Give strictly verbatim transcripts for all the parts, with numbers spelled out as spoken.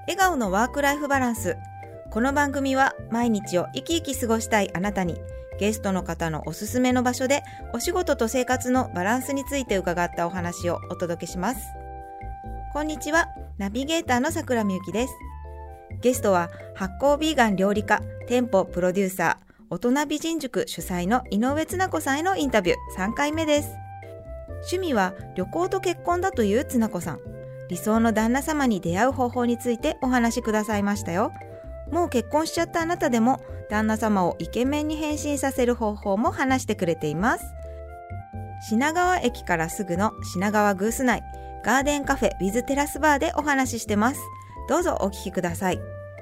笑顔のワークライフバランス。この番組は毎日を生き生き過ごしたいあなたに、ゲストの方のおすすめの場所でお仕事と生活のバランスについて伺ったお話をお届けします。こんにちは、ナビゲーターの桜美幸です。ゲストは発酵ビーガン料理家、店舗プロデューサー、大人美人塾主催の井上つな子さんへのインタビューさんかいめです。趣味は旅行と結婚だというつな子さん。理想の旦那様に出会う方法についてお話しくださいましたよ。もう結婚しちゃったあなたでも旦那様をイケメンに変身させる方法も話してくれています。品川駅からすぐの品川グース内ガーデンカフェ with テラスバーでお話ししてます。どうぞお聞きください。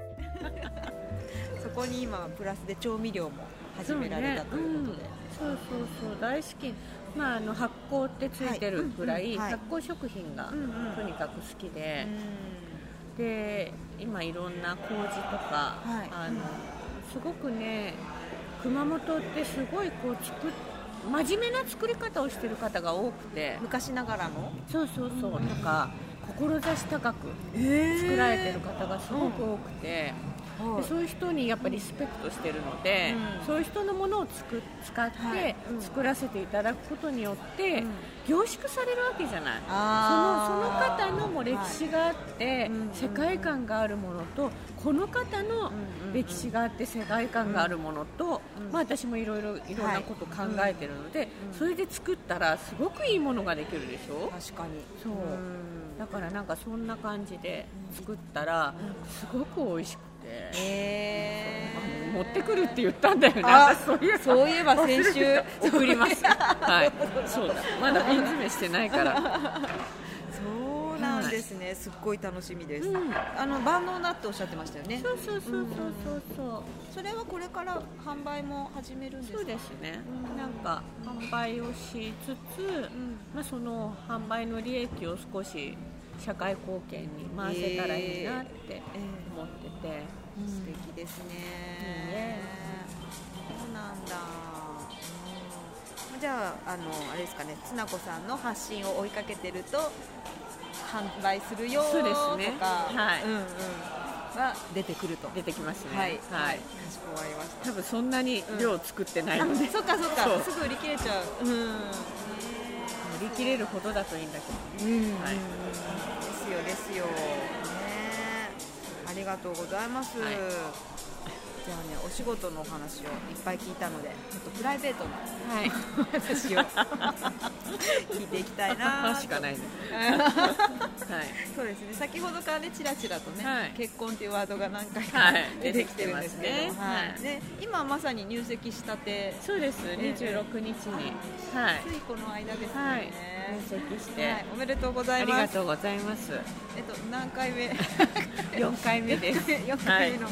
そこに今プラスで調味料も始められたということで、 そうね、うん、そうそうそう大好き。まあ、あの発酵ってついてるぐらい、はい、発酵食品がとにかく好きで、うんうん、で今いろんな麹とか、はい、あのすごくね熊本ってすごいこう作っ真面目な作り方をしてる方が多くて、 昔ながらのそうそうそう、うん、とか志高く作られてる方がすごく多くて、うん、でそういう人にやっぱりリスペクトしてるので、うん、そういう人のものをつく使って作らせていただくことによって、うん、凝縮されるわけじゃない。その、その方のも歴史があって、はい、世界観があるものと、この方の歴史があって世界観があるものと、うん、まあ、私もいろいろいろんなこと考えてるので、はい、それで作ったらすごくいいものができるでしょ。 確かにそう、うん、だからなんかそんな感じで作ったらすごく美味しくて、えー、持ってくるって言ったんだよね。 そういえば、そういえば先週送りますはい、そうだ、まだ瓶詰めしてないからそうなんですね、すっごい楽しみです、うん、あの万能なっておっしゃってましたよね。 そうそうそうそうそうそう、うん、 それはこれから販売も始めるんですか。 そうですね、うん、なんか販売をしつつ、うん、まあ、その販売の利益を少し社会貢献に回せたらいいなって思ってて、えーえー、 素敵ですね、うんね、そうなんだ、うん、じゃあ、あのあれですかね、つな子さんの発信を追いかけてると販売するよとか、そうですね、はい、うんうん、は出てくると。 出てきますね。 はい、はい、かしこまりました。 多分そんなに量作ってないので、うん、 そっかそっか、すぐ売り切れちゃう、うん、売り切れるほどだといいんだけど、うん、はい、 ですよですよ、ね、ありがとうございます、はい、じゃあね、お仕事のお話をいっぱい聞いたので、ちょっとプライベートの、はい、話を聞いていきたいなしかないです、はい、 そうですね、先ほどからねチラチラとね、はい、結婚というワードが何回か、 はい、 出てきてるんですけど、 ね、はい、 ね、今まさに入籍したて。 そうです、にじゅうろくにちに、はい、 ついこの間ですね、 はい、入籍して、はい、 おめでとうございます。 ありがとうございます。 えっと何回目よんかいめですよんかいめの、はい、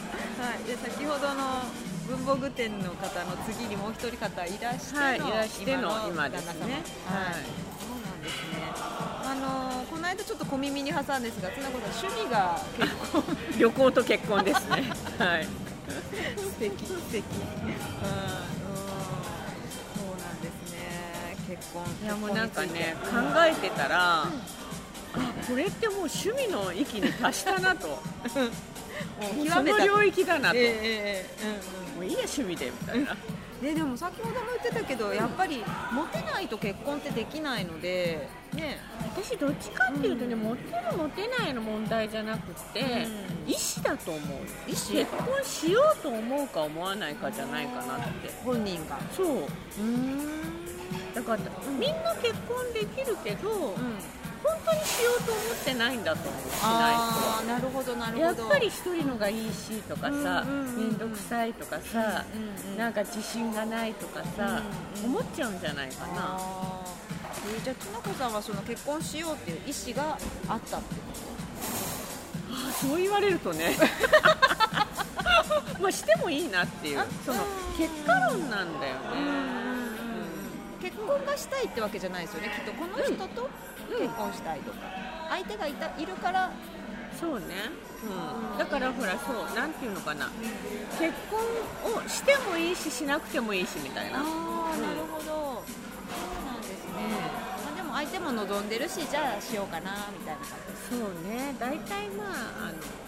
で先ほどの文房具店の方の次にもう一人方いらしての、はい、いらしての今ですね、はい、そうなんですね。あのこの間ちょっと小耳に挟んだんですが、つな子さん趣味が結婚旅行と結婚ですねはい、 素敵素敵、うん、そうなんですね、結婚。 いやもうなんかね、考えてたら、うん、あ、これってもう趣味の域に達したなともうその領域だなと、えーうんうん、もういいや趣味でみたいなね、でも先ほども言ってたけど、やっぱりモテないと結婚ってできないので、ね、 私どっちかっていうとね、うん、モテるモテないの問題じゃなくて、うん、意思だと思う。意思、結婚しようと思うか思わないかじゃないかなって。 本人が。 そう、うーん、だから、うん、みんな結婚できるけど、うん、本当にしようと思ってないんだと思う。しない人は。 なるほどなるほど。 やっぱり一人のがいいしとかさ、面倒くさいとかさ、うんうん、なんか自信がないとかさ、うんうん、思っちゃうんじゃないかな。 あ、えー、じゃあつな子さんはその結婚しようっていう意思があったってこと？ あ、そう言われるとねまあしてもいいなっていう、その結果論なんだよね。 結婚がしたいってわけじゃないですよね、きっとこの人と結婚したいとか、うん、相手がいたいるから。 そうね、うん、だからほら、そうなんていうのかな、結婚をしてもいいししなくてもいいしみたいな。あ、 うん、なるほど、そうなんですね、うん、まあ、でも相手も望んでるし、じゃあしようかなみたいな感じ。 そうね、大体まあ、あの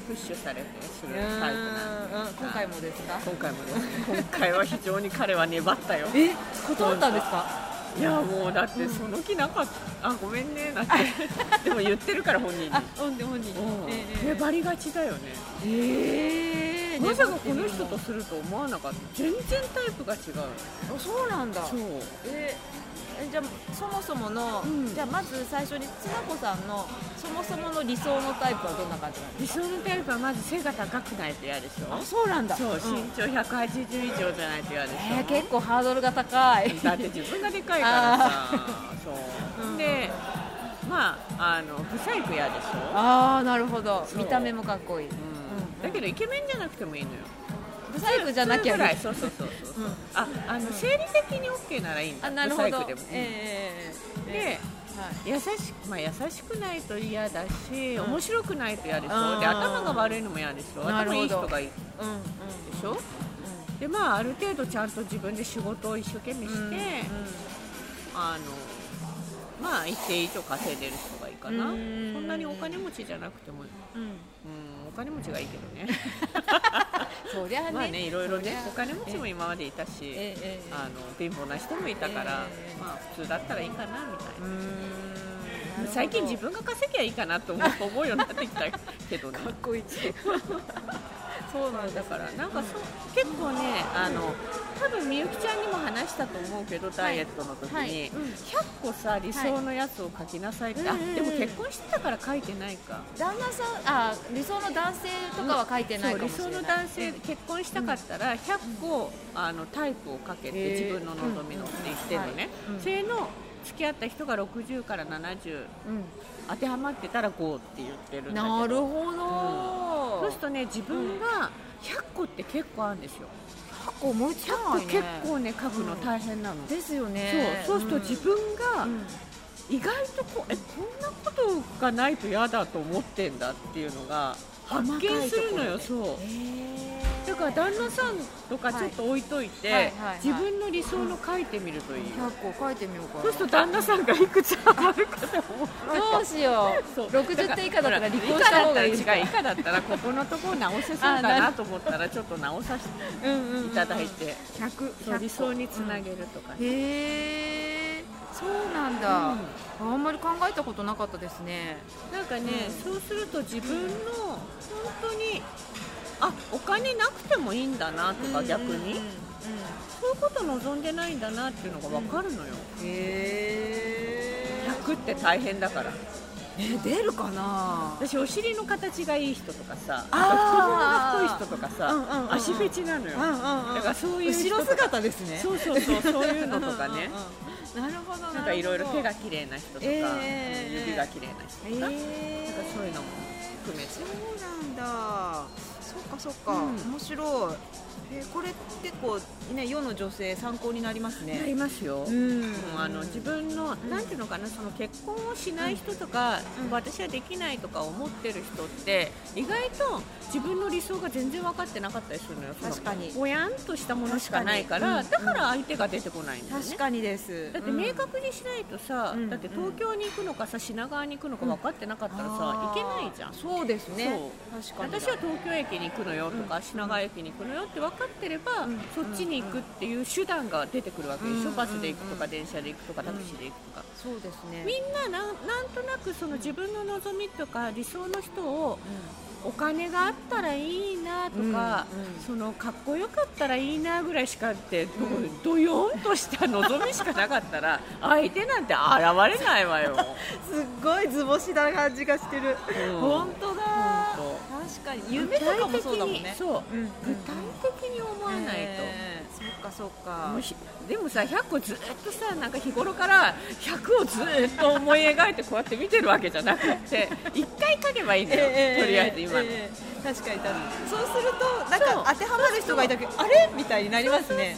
プッシュされてするタイプなんで、 今回もですか？ 今回もですね。今回は非常に彼は粘ったよ。 え、断ったんですか？ いやもうだってその気なかった、あごめんねなんてでも言ってるから本人に。 あ、本人本人。 粘りがちだよね。 ええ。 まさかこの人とすると思わなかった。全然タイプが違う。 あ、そうなんだ。 そう。 えー、じゃあそもそもの、うん、じゃあまず最初につなこさんのそもそもの理想のタイプはどんな感じなんですか？ 理想のタイプはまず背が高くないと嫌でしょ。 あ、そうなんだ。 そう、うん、身長ひゃくはちじゅう以上じゃないと嫌でしょ。 えー、結構ハードルが高い。 だって自分がでかいからさ。そう、うん、でまああの不細工嫌でしょ。 ああ、なるほど。見た目もかっこいい、うんうん、だけどイケメンじゃなくてもいいのよ。 不細工じゃなきゃいい。 そうそうそうそう、うん、ああの生理的に OK ならいいんだ。 あ、なるほど。 不細工でも、 えー、で、はい、優しく、まあ、優しくないと嫌だし、うん、面白くないと嫌でしょ。で頭が悪いのも嫌でしょ。頭いい人がいい、うんうん、でしょ、うん、でまあある程度ちゃんと自分で仕事を一生懸命して、うんうん、あのまあ一定以上稼いでる人がいいかな。そんなにお金持ちじゃなくても、うん、うん、お金持ちがいいけどね。 そりゃね、 まあね、いろいろね、お金持ちも今までいたし、えええ、あの貧乏な人もいたから、え、まあ普通だったらいいかなみたいな。うーん、最近自分が稼ぎゃいいかなと思うと思うようになってきたけどね。 かっこいい。そうなんだからなんかそ結構ね、あの多分みゆきちゃんにも話したと思うけど、ダイエットの時に、はいはい、うん、ひゃっこさ理想のやつを書きなさいって、はい、あでも結婚してたから書いてないか。 旦那さん、あ理想の男性とかは書いてないかもしれない。 理想の男性、結婚したかったらひゃっこ、うん、あのタイプをかけて自分の望みのって言ってるのね、うん、それの付き合った人がろくじゅうからななじゅう、うん、当てはまってたらごって言ってるんだけど。 なるほど、うん、 そうするとね、自分がひゃっこって結構あるんですよ。 ひゃっこ思いつかないね。 ひゃっこ結構ね書くの大変なの、うん、 ですよね。 そう、そうすると自分が意外とこう、えこんなことがないと嫌だと思ってんだっていうのが発見するのよ。そう、だから旦那さんとかちょっと置いといて、はいはいはいはい、自分の理想の書いてみるといい。ひゃっこ書いてみようかな。 そうすると旦那さんがいくつあるかと思う。 どうしよう。ろくじゅってん以下だったら離婚した方がいいですか。 以下だったらここのところ直せそうかなと思ったらちょっと直させていただいて、ひゃく理想につなげるとか、ね、うん、 へー、そうなんだ、うん、あんまり考えたことなかったですね。 なんかね、うん、そうすると自分の本当にあお金なくてもいいんだなとか、逆に、うんうんうん、そういうこと望んでないんだなっていうのが分かるのよ、うん、へー、ひゃくって大変だから。 えー、出るかな。 私お尻の形がいい人とかさ、あ太ももが太い人とかさ、うんうんうん、足フェチなのよ、うんうんうん、だからそういう後ろ姿ですね。 そうそうそう、そういうのとかね。 なるほど、 なんかいろいろ手が綺麗な人とか、えー、指が綺麗な人とか、えー、なんかそういうのも含めて。 そうなんだ。そっかそっか、うん、面白い。えー、これ結構ね、世の女性参考になりますね。 なりますよ、うん、もうあの自分の、うん、なんていうのかな、その結婚をしない人とか、うん、私はできないとか思ってる人って意外と自分の理想が全然分かってなかったりするのよ。 確かにぼやんとしたものしかないから、うん、だから相手が出てこないんだよね。 確かにです。 だって明確にしないとさ、うん、だって東京に行くのかさ品川に行くのか分かってなかったらさ、うん、行けないじゃん。 そうですね。 そう、確かに私は東京駅に行くのよとか、うん、品川駅に行くのよって分かってれば、うん、そっちに行くっていう手段が出てくるわけでしょ、うん、バスで行くとか電車で行くとかタクシーで行くとか、 うん、そうですね。 みんな な, なんとなくその自分の望みとか理想の人を、うん、お金があったらいいなとか、うんうん、そのかっこよかったらいいなぐらいしかってど、うん、どよんとした望みしかなかったら相手なんて現れないわよ。 すっごい図星な感じがしてる、うん、本当だ。確かに夢とかもそうだもんね。 そう、うん、具体的に思わないと、 えー、そっかそっか。 もでもさひゃっこずっとさなんか日頃からひゃくをずっと思い描いてこうやって見てるわけじゃなくていっかい書けばいいんだよ、えー、とりあえず今の、えー、確かに確かに。そうするとなんか当てはまる人がいたけどあれみたいになりますね。 そうそうそう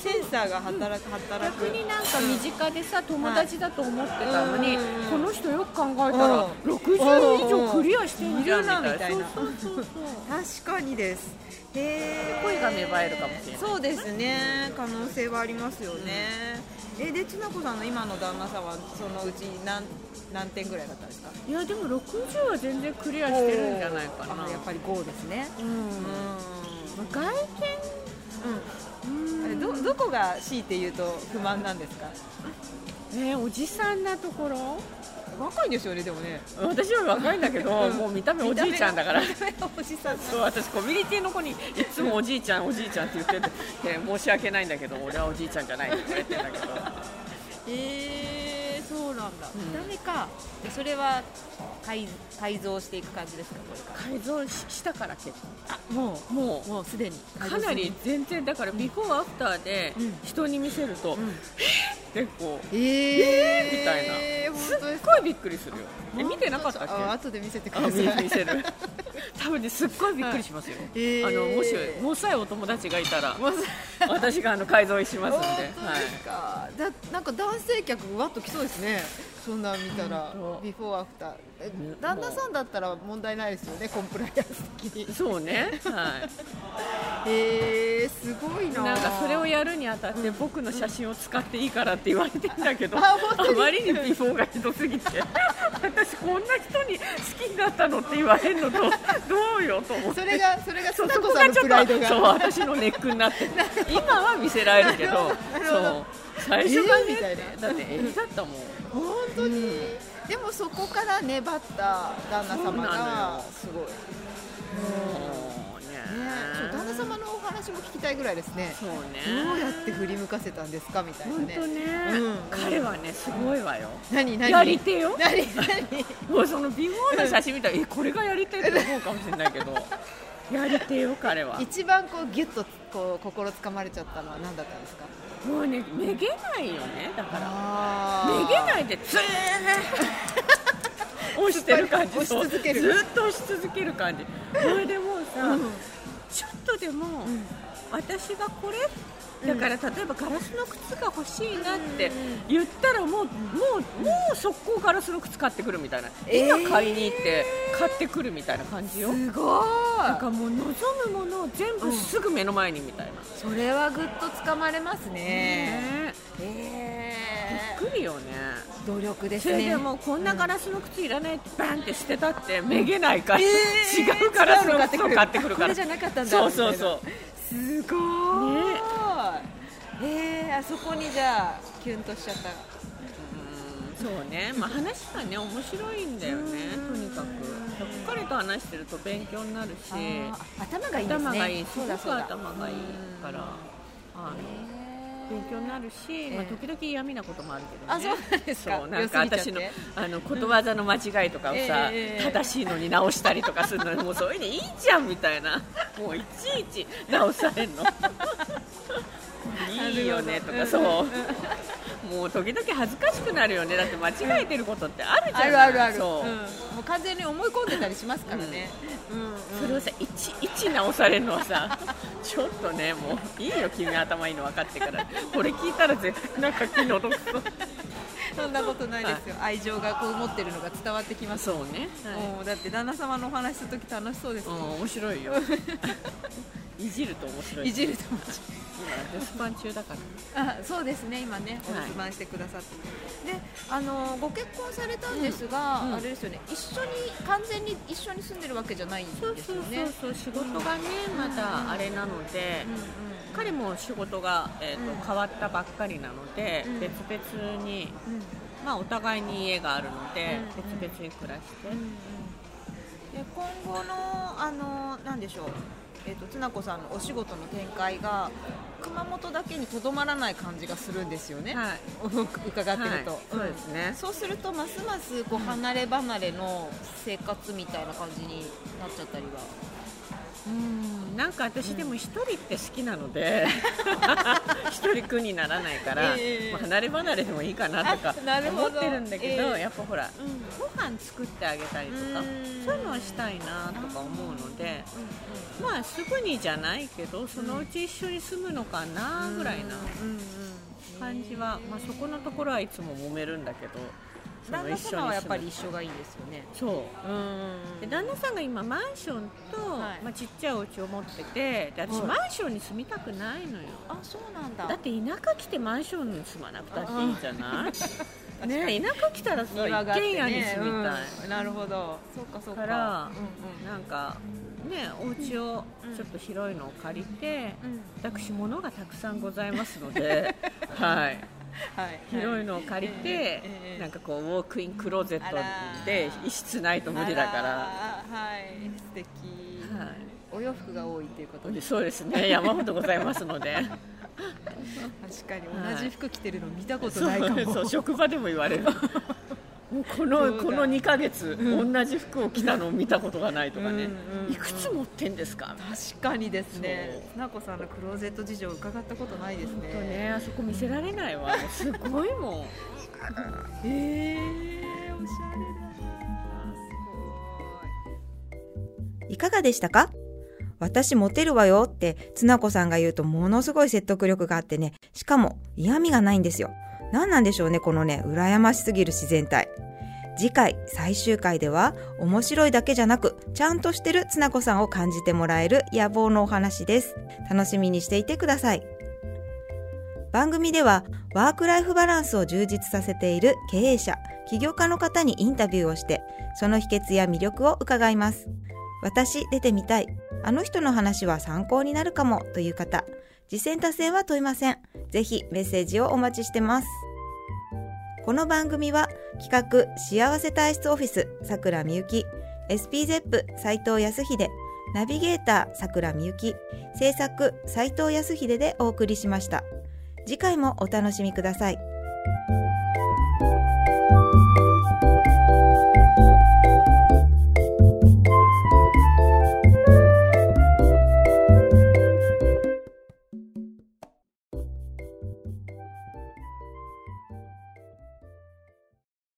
センサーが働く、働く。 逆になんか身近でさ、友達だと思ってたのに、この人よく考えたらろくじゅう以上クリアしてんじゃんみたいな。 みたいな。そうそうそう。確かにです。へー、恋が芽生えるかもしれない。 そうですね、可能性はありますよね。えでつなこさんの今の旦那さんはそのうち何何点ぐらいだったんですか？ いやでもろくじゅうは全然クリアしてるんじゃないかな。 やっぱりごですね。うん。うん、 外見、うん、あれ ど, どこが強いて言うと不満なんですか？ えー、おじさんなところ。 若いんですよね。でもね、 私より若いんだけど、もう見た目おじいちゃんだから。 おじさん。 そう、私コミュニティの子にいつもおじいちゃんおじいちゃんって言ってて、えー、申し訳ないんだけど、俺はおじいちゃんじゃないって言われてんだけど。 えー、そうなんだ。見た目か。でそれは 改, 改造していく感じですか？これ改造 し, したから結構。 あ、もうもうもうすでにかなり全然だからビフォーアフターで人に見せると、うん、結構えー、 えーみたいな。すっごいびっくりするよ。え見てなかったっけ？ あ、後で見せてください。 見せる。多分ねすっごいびっくりしますよ。 えー、 あのもしもさえお友達がいたら私があの改造しますんで。 本当ですか？はい、だなんか男性客わっと来そうですね。そんな見たらビフォーアフター。旦那さんだったら問題ないですよね、コンプライアンス的に。 そうね。はい。 えー、すごいな。 なんかそれをやるにあたって僕の写真を使っていいからって言われてんだけど、あ, あまりにビフォーがひどすぎて私こんな人に好きになったのって言われるのとどうよと思って。 それがそれがつなこさんのプライドが。 そう、私のネックになって今は見せられるけど、そう最初がね、えー、みたいな。だって絵だったもん本当に、うん、でもそこから粘った旦那様がすごい。もうね、ね、旦那様のお話も聞きたいぐらいですね。 そうね。 どうやって振り向かせたんですかみたいなね。 本当ね、うん、彼はねすごいわよ。 何何やり手よ。 何何もうそのビフォーの写真見たらえこれがやり手って思うかもしれないけどやり手よ彼は。 一番こうギュッとこう心つかまれちゃったのは何だったんですか？ もうね、めげないよね。だからめげないでずーっと押してる感じ。 押し続ける。 ずっと押し続ける感じ。これでもうさ、うん、ちょっとでも、うん、私がこれだから例えばガラスの靴が欲しいなって言ったらもう、もう、もう速攻ガラスの靴買ってくるみたいな、えー、今買いに行って買ってくるみたいな感じよ。 すごい。 なんかもう望むものを全部すぐ目の前にみたいな、 うん、それはぐっとつかまれますね。ねえー、びっくりよね。 努力ですね。 それでもこんなガラスの靴いらないってバンって捨てたってめげないから、うん、えー、違うガラスの靴を買ってくるから。これじゃなかったんだ。 そうそうそう。 すごい、ね、えー、あそこにじゃあキュンとしちゃった。 うん、そうね、まあ、話がね面白いんだよね。とにかく彼と話してると勉強になるし、 頭がいいですね。 頭がいい、すごく頭がいいからあの勉強になるし、まあ、時々嫌味なこともあるけどね。 あ、そうなんですか。 そう、なんか私のあのことわざの間違いとかをさ、えー、正しいのに直したりとかするのにもうそういうのいいじゃんみたいな、もういちいち直されんのいいよねとか、そうもう時々恥ずかしくなるよね。だって間違えてることってあるじゃない。 あるあるある。 そう、 うん、もう完全に思い込んでたりしますからね、 うんうんうん、それをさいちいち直されるのはさちょっとね、もういいよ君頭いいの分かってから、これ聞いたら絶対なんか気の毒そうそんなことないですよ、はい、愛情がこう持ってるのが伝わってきます。 そうね、 はい、もうだって旦那様のお話するとき楽しそうですもん、 うん、面白いよいじると面白い。 いじると面白い。 今留守番中だから。 あ、そうですね、今ねお留守番してくださって、はい、であのご結婚されたんですが、うんうん、あれですよね、一緒に完全に一緒に住んでるわけじゃないんですよね。 そうそうそうそう、仕事がね、うん、まだあれなので、うんうん、彼も仕事が、えーとうん、変わったばっかりなので、うん、別々に、うん、まあお互いに家があるので、うん、別々に暮らして、うんうん、 で今後のあのなんでしょう、えーと、つなこさんのお仕事の展開が熊本だけにとどまらない感じがするんですよね、はい、伺ってると、はい、 そうですね、 うん、そうするとますますこう離れ離れの生活みたいな感じになっちゃったりはうんなんか私でも一人って好きなので一人苦にならないから、えーまあ、離れ離れでもいいかなとか思ってるんだけど、えー、やっぱほら、うん、ご飯作ってあげたりとかそういうのはしたいなとか思うので、うんうん、まあすぐにじゃないけどそのうち一緒に住むのかなぐらいな感じは、まあ、そこのところはいつも揉めるんだけど、 旦那様はやっぱり一緒がいいですよね。 そううんで旦那さんが今マンションと、はいまあ、ちっちゃいお家を持っててで私、はい、マンションに住みたくないのよ。 あそうなんだ。 だって田舎来てマンションに住まなくたっていいじゃないね田舎来たらさ、一軒家に住みたい、 うん、なるほどそうかそうかから、うんうん、なんかねお家をちょっと広いのを借りて、うん、私物がたくさんございますのではいはい、広いのを借りて、えーえー、なんかこうウォークインクローゼットで一室ないと無理だから、 はい素敵、はい、お洋服が多いということでそうですね山ほどございますので確かに同じ服着てるの見たことないかも、はい、 そうそう職場でも言われるもうこのこのにかげつ、うん、同じ服を着たのを見たことがないとかね、うんうん、いくつ持ってんですか。 確かにですね。なこさんのクローゼット事情を伺ったことないですね。 本当ねあそこ見せられないわすごいもんえー、おしゃれだなすごい。いかがでしたか。私モテるわよってつなこさんが言うとものすごい説得力があってね、しかも嫌味がないんですよ。何なんでしょうねこのね羨ましすぎる自然体。次回最終回では面白いだけじゃなくちゃんとしてるつなこさんを感じてもらえる野望のお話です。楽しみにしていてください。番組ではワークライフバランスを充実させている経営者起業家の方にインタビューをしてその秘訣や魅力を伺います。私出てみたい、あの人の話は参考になるかもという方、実践達成は問いません。ぜひメッセージをお待ちしてます。この番組は企画幸せ体質オフィスさくらみゆき、 エスピーゼップ 斉藤康秀、ナビゲーターさくらみゆき、制作斉藤康秀でお送りしました。次回もお楽しみください。